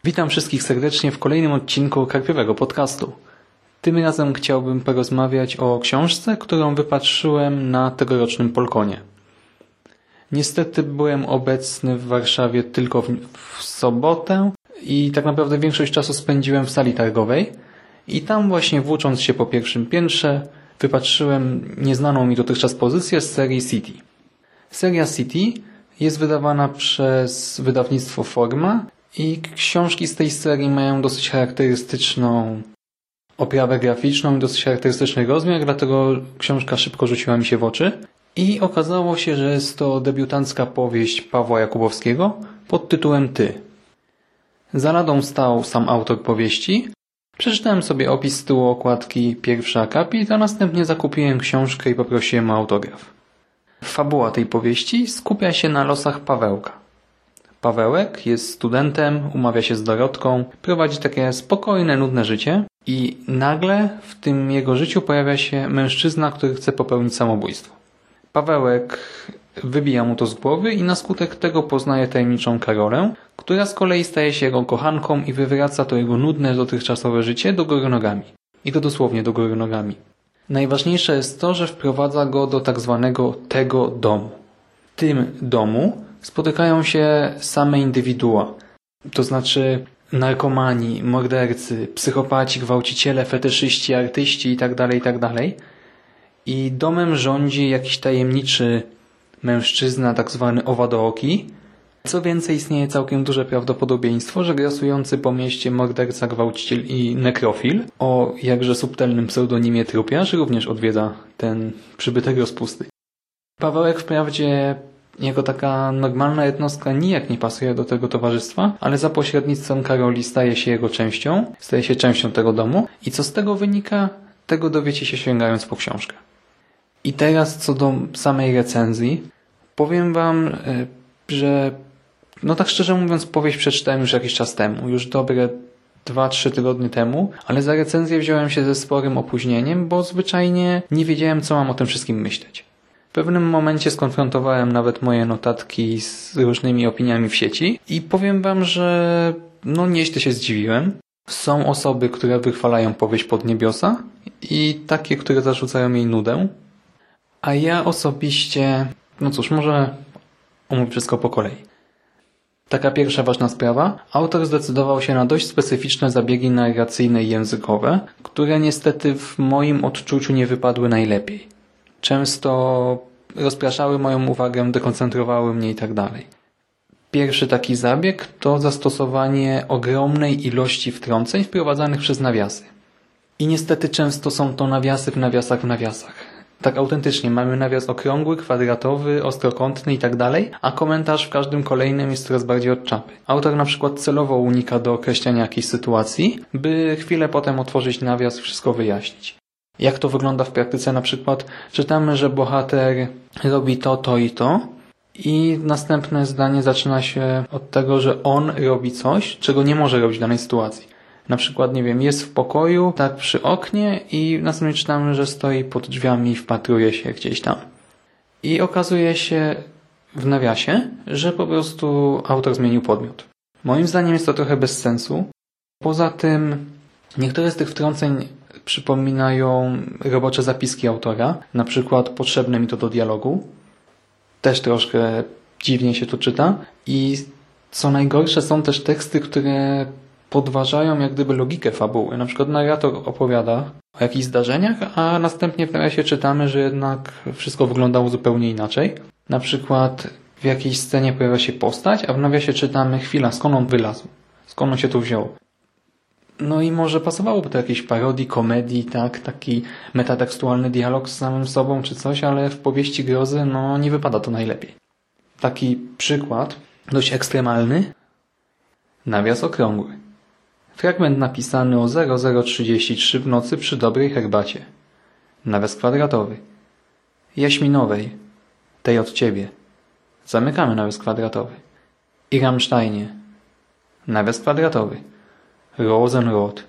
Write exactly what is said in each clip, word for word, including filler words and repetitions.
Witam wszystkich serdecznie w kolejnym odcinku Karpiowego Podcastu. Tym razem chciałbym porozmawiać o książce, którą wypatrzyłem na tegorocznym Polkonie. Niestety byłem obecny w Warszawie tylko w, w sobotę i tak naprawdę większość czasu spędziłem w sali targowej i tam właśnie włócząc się po pierwszym piętrze wypatrzyłem nieznaną mi dotychczas pozycję z serii City. Seria City jest wydawana przez wydawnictwo Forma i książki z tej serii mają dosyć charakterystyczną oprawę graficzną i dosyć charakterystyczny rozmiar, dlatego książka szybko rzuciła mi się w oczy. I okazało się, że jest to debiutancka powieść Pawła Jakubowskiego pod tytułem Ty. Za ladą stał sam autor powieści. Przeczytałem sobie opis z tyłu okładki, pierwszy akapit, a następnie zakupiłem książkę i poprosiłem o autograf. Fabuła tej powieści skupia się na losach Pawełka. Pawełek jest studentem, umawia się z Dorotką, prowadzi takie spokojne, nudne życie i nagle w tym jego życiu pojawia się mężczyzna, który chce popełnić samobójstwo. Pawełek wybija mu to z głowy i na skutek tego poznaje tajemniczą Karolę, która z kolei staje się jego kochanką i wywraca to jego nudne dotychczasowe życie do góry nogami. I to dosłownie do góry nogami. Najważniejsze jest to, że wprowadza go do tak zwanego tego domu. W tym domu spotykają się same indywidua, to znaczy narkomani, mordercy, psychopaci, gwałciciele, fetyszyści, artyści itd., itd. I domem rządzi jakiś tajemniczy mężczyzna, tak zwany owadooki. Co więcej, istnieje całkiem duże prawdopodobieństwo, że grasujący po mieście morderca, gwałciciel i nekrofil o jakże subtelnym pseudonimie Trupiarz również odwiedza ten przybytek rozpusty. Pawełek wprawdzie jako taka normalna jednostka nijak nie pasuje do tego towarzystwa, ale za pośrednictwem Karoli staje się jego częścią, staje się częścią tego domu i co z tego wynika, tego dowiecie się sięgając po książkę. I teraz co do samej recenzji, powiem wam, że no tak szczerze mówiąc powieść przeczytałem już jakiś czas temu, już dobre dwa trzy tygodnie temu, ale za recenzję wziąłem się ze sporym opóźnieniem, bo zwyczajnie nie wiedziałem, co mam o tym wszystkim myśleć. W pewnym momencie skonfrontowałem nawet moje notatki z różnymi opiniami w sieci i powiem wam, że no nieźle się zdziwiłem. Są osoby, które wychwalają powieść pod niebiosa i takie, które zarzucają jej nudę. A ja osobiście, no cóż, może omówię wszystko po kolei. Taka pierwsza ważna sprawa. Autor zdecydował się na dość specyficzne zabiegi narracyjne i językowe, które niestety w moim odczuciu nie wypadły najlepiej. Często rozpraszały moją uwagę, dekoncentrowały mnie i tak dalej. Pierwszy taki zabieg to zastosowanie ogromnej ilości wtrąceń wprowadzanych przez nawiasy. I niestety często są to nawiasy w nawiasach w nawiasach. Tak autentycznie, mamy nawias okrągły, kwadratowy, ostrokątny i tak dalej, a komentarz w każdym kolejnym jest coraz bardziej od czapy. Autor na przykład celowo unika do określenia jakiejś sytuacji, by chwilę potem otworzyć nawias i wszystko wyjaśnić. Jak to wygląda w praktyce? Na przykład czytamy, że bohater robi to, to i to i następne zdanie zaczyna się od tego, że on robi coś, czego nie może robić w danej sytuacji. Na przykład, nie wiem, jest w pokoju, tak przy oknie i następnie czytamy, że stoi pod drzwiami i wpatruje się gdzieś tam. I okazuje się w nawiasie, że po prostu autor zmienił podmiot. Moim zdaniem jest to trochę bez sensu. Poza tym niektóre z tych wtrąceń przypominają robocze zapiski autora, na przykład potrzebne mi to do dialogu. Też troszkę dziwnie się to czyta. I co najgorsze, są też teksty, które podważają jak gdyby logikę fabuły. Na przykład narrator opowiada o jakichś zdarzeniach, a następnie w nawiasie czytamy, że jednak wszystko wyglądało zupełnie inaczej. Na przykład w jakiejś scenie pojawia się postać, a w nawiasie czytamy chwila, skąd on wylazł, skąd on się tu wziął. No i może pasowałoby do jakiejś parodii, komedii, tak, taki metatekstualny dialog z samym sobą czy coś, ale w powieści grozy no nie wypada to najlepiej. Taki przykład, dość ekstremalny. Nawias okrągły. Fragment napisany o zero zero trzydzieści trzy w nocy przy dobrej herbacie. Nawias kwadratowy. Jaśminowej. Tej od ciebie. Zamykamy nawias kwadratowy. I Rammsteinie. Nawias kwadratowy. Rosenrot.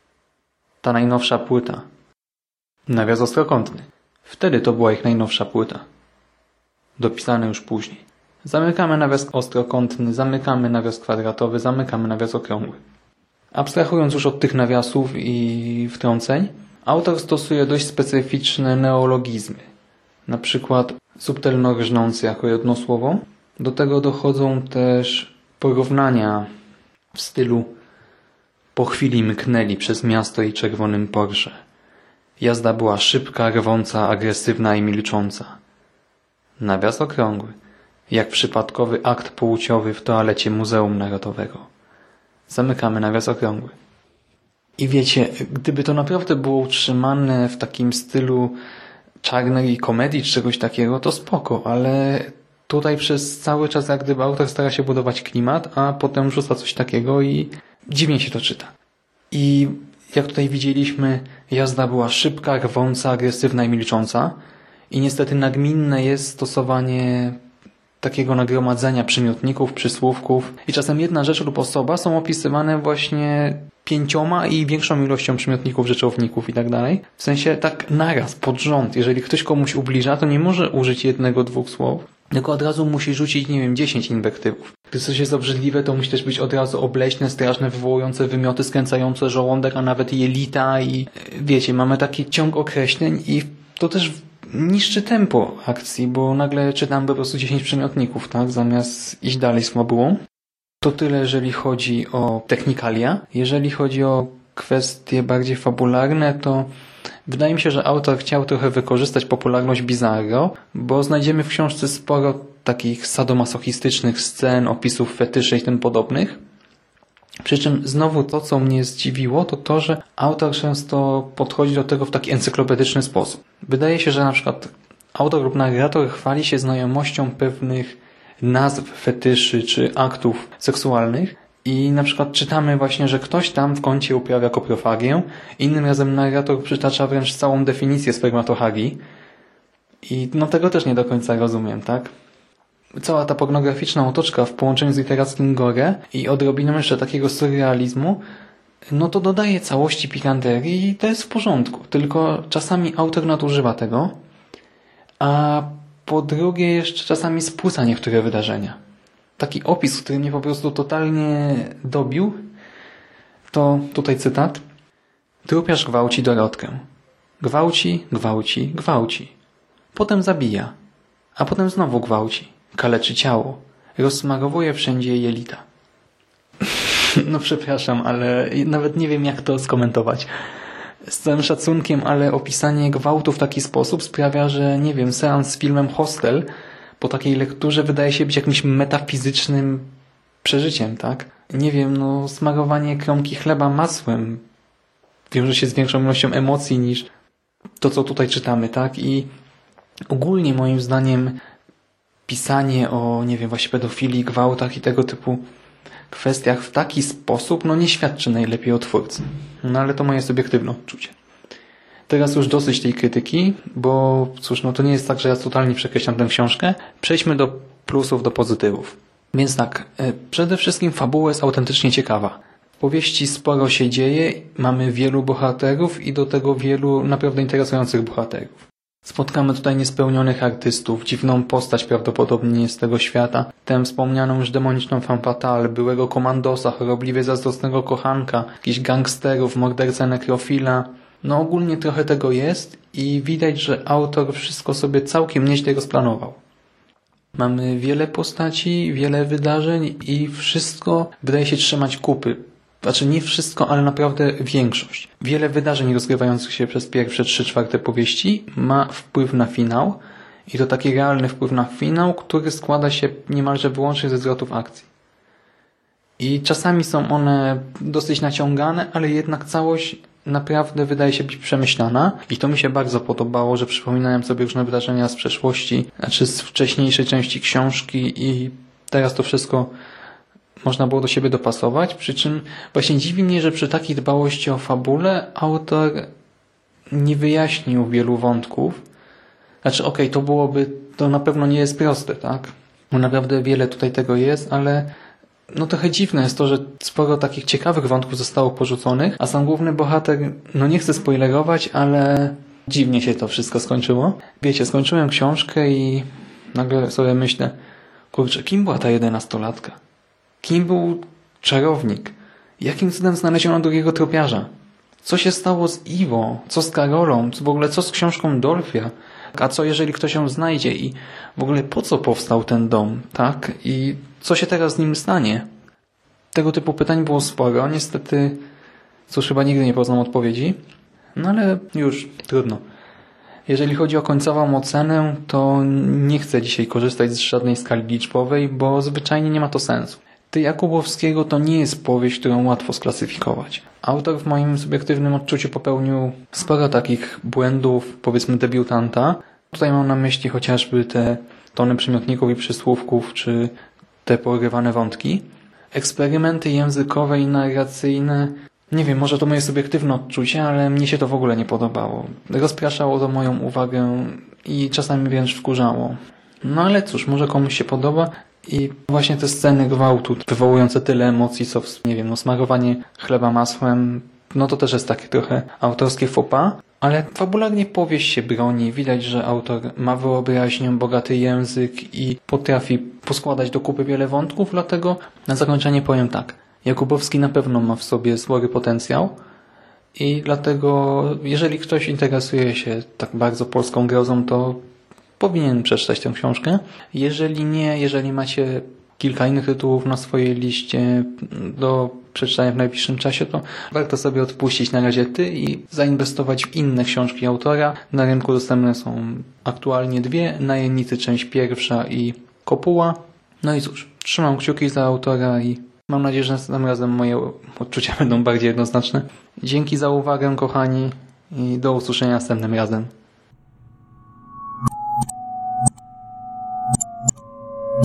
Ta najnowsza płyta. Nawias ostrokątny. Wtedy to była ich najnowsza płyta. Dopisane już później. Zamykamy nawias ostrokątny, zamykamy nawias kwadratowy, zamykamy nawias okrągły. Abstrahując już od tych nawiasów i wtrąceń, autor stosuje dość specyficzne neologizmy. Na przykład subtelno rżnący jako jednosłowo. Do tego dochodzą też porównania w stylu po chwili mknęli przez miasto i czerwonym Porsche. Jazda była szybka, rwąca, agresywna i milcząca. Nawias okrągły. Jak przypadkowy akt płciowy w toalecie Muzeum Narodowego. Zamykamy nawias okrągły. I wiecie, gdyby to naprawdę było utrzymane w takim stylu czarnej komedii czy czegoś takiego, to spoko, ale tutaj przez cały czas jak gdyby autor stara się budować klimat, a potem rzuca coś takiego i dziwnie się to czyta. I jak tutaj widzieliśmy, jazda była szybka, rwąca, agresywna i milcząca. I niestety nagminne jest stosowanie takiego nagromadzenia przymiotników, przysłówków. I czasem jedna rzecz lub osoba są opisywane właśnie pięcioma i większą ilością przymiotników, rzeczowników i tak dalej. W sensie tak naraz, pod rząd. Jeżeli ktoś komuś ubliża, to nie może użyć jednego, dwóch słów, tylko od razu musi rzucić, nie wiem, dziesięć inwektywów. Gdy coś jest obrzydliwe, to musi też być od razu obleśne, straszne, wywołujące wymioty, skręcające żołądek, a nawet jelita i wiecie, mamy taki ciąg określeń i to też niszczy tempo akcji, bo nagle czytam po prostu dziesięć przymiotników, tak, zamiast iść dalej z fabułą. To tyle, jeżeli chodzi o technikalia. Jeżeli chodzi o kwestie bardziej fabularne, to wydaje mi się, że autor chciał trochę wykorzystać popularność Bizarro, bo znajdziemy w książce sporo takich sadomasochistycznych scen, opisów fetyszy i tym podobnych. Przy czym znowu to, co mnie zdziwiło, to to, że autor często podchodzi do tego w taki encyklopedyczny sposób. Wydaje się, że na przykład autor lub narrator chwali się znajomością pewnych nazw fetyszy czy aktów seksualnych i na przykład czytamy właśnie, że ktoś tam w kącie uprawia koprofagię, innym razem narrator przytacza wręcz całą definicję spermatohagii i no tego też nie do końca rozumiem, tak? Cała ta pornograficzna otoczka w połączeniu z literackim gore i odrobiną jeszcze takiego surrealizmu, no to dodaje całości pikanterii i to jest w porządku. Tylko czasami autor nadużywa tego, a po drugie jeszcze czasami spłuca niektóre wydarzenia. Taki opis, który mnie po prostu totalnie dobił, to tutaj cytat. Trupiarz gwałci Dorotkę. Gwałci, gwałci, gwałci. Potem zabija, a potem znowu gwałci. Kaleczy ciało. Rozsmarowuje wszędzie jelita. No przepraszam, ale nawet nie wiem jak to skomentować. Z całym szacunkiem, ale opisanie gwałtu w taki sposób sprawia, że nie wiem, seans z filmem Hostel po takiej lekturze wydaje się być jakimś metafizycznym przeżyciem, tak? Nie wiem, no smarowanie kromki chleba masłem wiąże się z większą ilością emocji niż to, co tutaj czytamy, tak? I ogólnie moim zdaniem pisanie o, nie wiem, właśnie pedofilii, gwałtach i tego typu kwestiach w taki sposób, no nie świadczy najlepiej o twórcy. No ale to moje subiektywne odczucie. Teraz już dosyć tej krytyki, bo cóż, no to nie jest tak, że ja totalnie przekreślam tę książkę. Przejdźmy do plusów, do pozytywów. Więc tak, przede wszystkim fabuła jest autentycznie ciekawa. W powieści sporo się dzieje, mamy wielu bohaterów i do tego wielu naprawdę interesujących bohaterów. Spotkamy tutaj niespełnionych artystów, dziwną postać prawdopodobnie z tego świata, tę wspomnianą już demoniczną femme fatale, byłego komandosa, chorobliwie zazdrosnego kochanka, jakichś gangsterów, mordercę nekrofila. No ogólnie trochę tego jest i widać, że autor wszystko sobie całkiem nieźle rozplanował. Mamy wiele postaci, wiele wydarzeń i wszystko wydaje się trzymać kupy. Znaczy nie wszystko, ale naprawdę większość. Wiele wydarzeń rozgrywających się przez pierwsze trzy czwarte powieści ma wpływ na finał i to taki realny wpływ na finał, który składa się niemalże wyłącznie ze zwrotów akcji. I czasami są one dosyć naciągane, ale jednak całość naprawdę wydaje się być przemyślana i to mi się bardzo podobało, że przypominałem sobie różne wydarzenia z przeszłości, znaczy z wcześniejszej części książki i teraz to wszystko można było do siebie dopasować, przy czym właśnie dziwi mnie, że przy takiej dbałości o fabulę autor nie wyjaśnił wielu wątków. Znaczy okej, okay, to byłoby, to na pewno nie jest proste, tak? Bo naprawdę wiele tutaj tego jest, ale no trochę dziwne jest to, że sporo takich ciekawych wątków zostało porzuconych, a sam główny bohater, no nie chcę spoilerować, ale dziwnie się to wszystko skończyło. Wiecie, skończyłem książkę i nagle sobie myślę, Kurczę, kim była ta jedenastolatka? Kim był czarownik? Jakim cudem znaleziono drugiego tropiarza? Co się stało z Iwo? Co z Karolą? W ogóle co z książką Dolfia? A co jeżeli ktoś ją znajdzie? I w ogóle po co powstał ten dom? Tak? I co się teraz z nim stanie? Tego typu pytań było sporo. Niestety, cóż, chyba nigdy nie poznam odpowiedzi. No ale już, trudno. Jeżeli chodzi o końcową ocenę, to nie chcę dzisiaj korzystać z żadnej skali liczbowej, bo zwyczajnie nie ma to sensu. Ty Jakubowskiego to nie jest powieść, którą łatwo sklasyfikować. Autor w moim subiektywnym odczuciu popełnił sporo takich błędów, powiedzmy debiutanta. Tutaj mam na myśli chociażby te tony przymiotników i przysłówków, czy te porywane wątki. Eksperymenty językowe i narracyjne, nie wiem, może to moje subiektywne odczucie, ale mnie się to w ogóle nie podobało. Rozpraszało to moją uwagę i czasami wręcz wkurzało. No ale cóż, może komuś się podoba i właśnie te sceny gwałtu wywołujące tyle emocji, co, nie wiem, no smarowanie chleba masłem, no to też jest takie trochę autorskie faux pas, ale fabularnie powieść się broni. Widać, że autor ma wyobraźnię, bogaty język i potrafi poskładać do kupy wiele wątków, dlatego na zakończenie powiem tak. Jakubowski na pewno ma w sobie spory potencjał i dlatego, jeżeli ktoś interesuje się tak bardzo polską grozą, to powinien przeczytać tę książkę. Jeżeli nie, jeżeli macie kilka innych tytułów na swojej liście do przeczytania w najbliższym czasie, to warto sobie odpuścić na razie ty i zainwestować w inne książki autora. Na rynku dostępne są aktualnie dwie, Najemnicy część pierwsza i Kopuła. No i cóż, trzymam kciuki za autora i mam nadzieję, że następnym razem moje odczucia będą bardziej jednoznaczne. Dzięki za uwagę, kochani, i do usłyszenia następnym razem.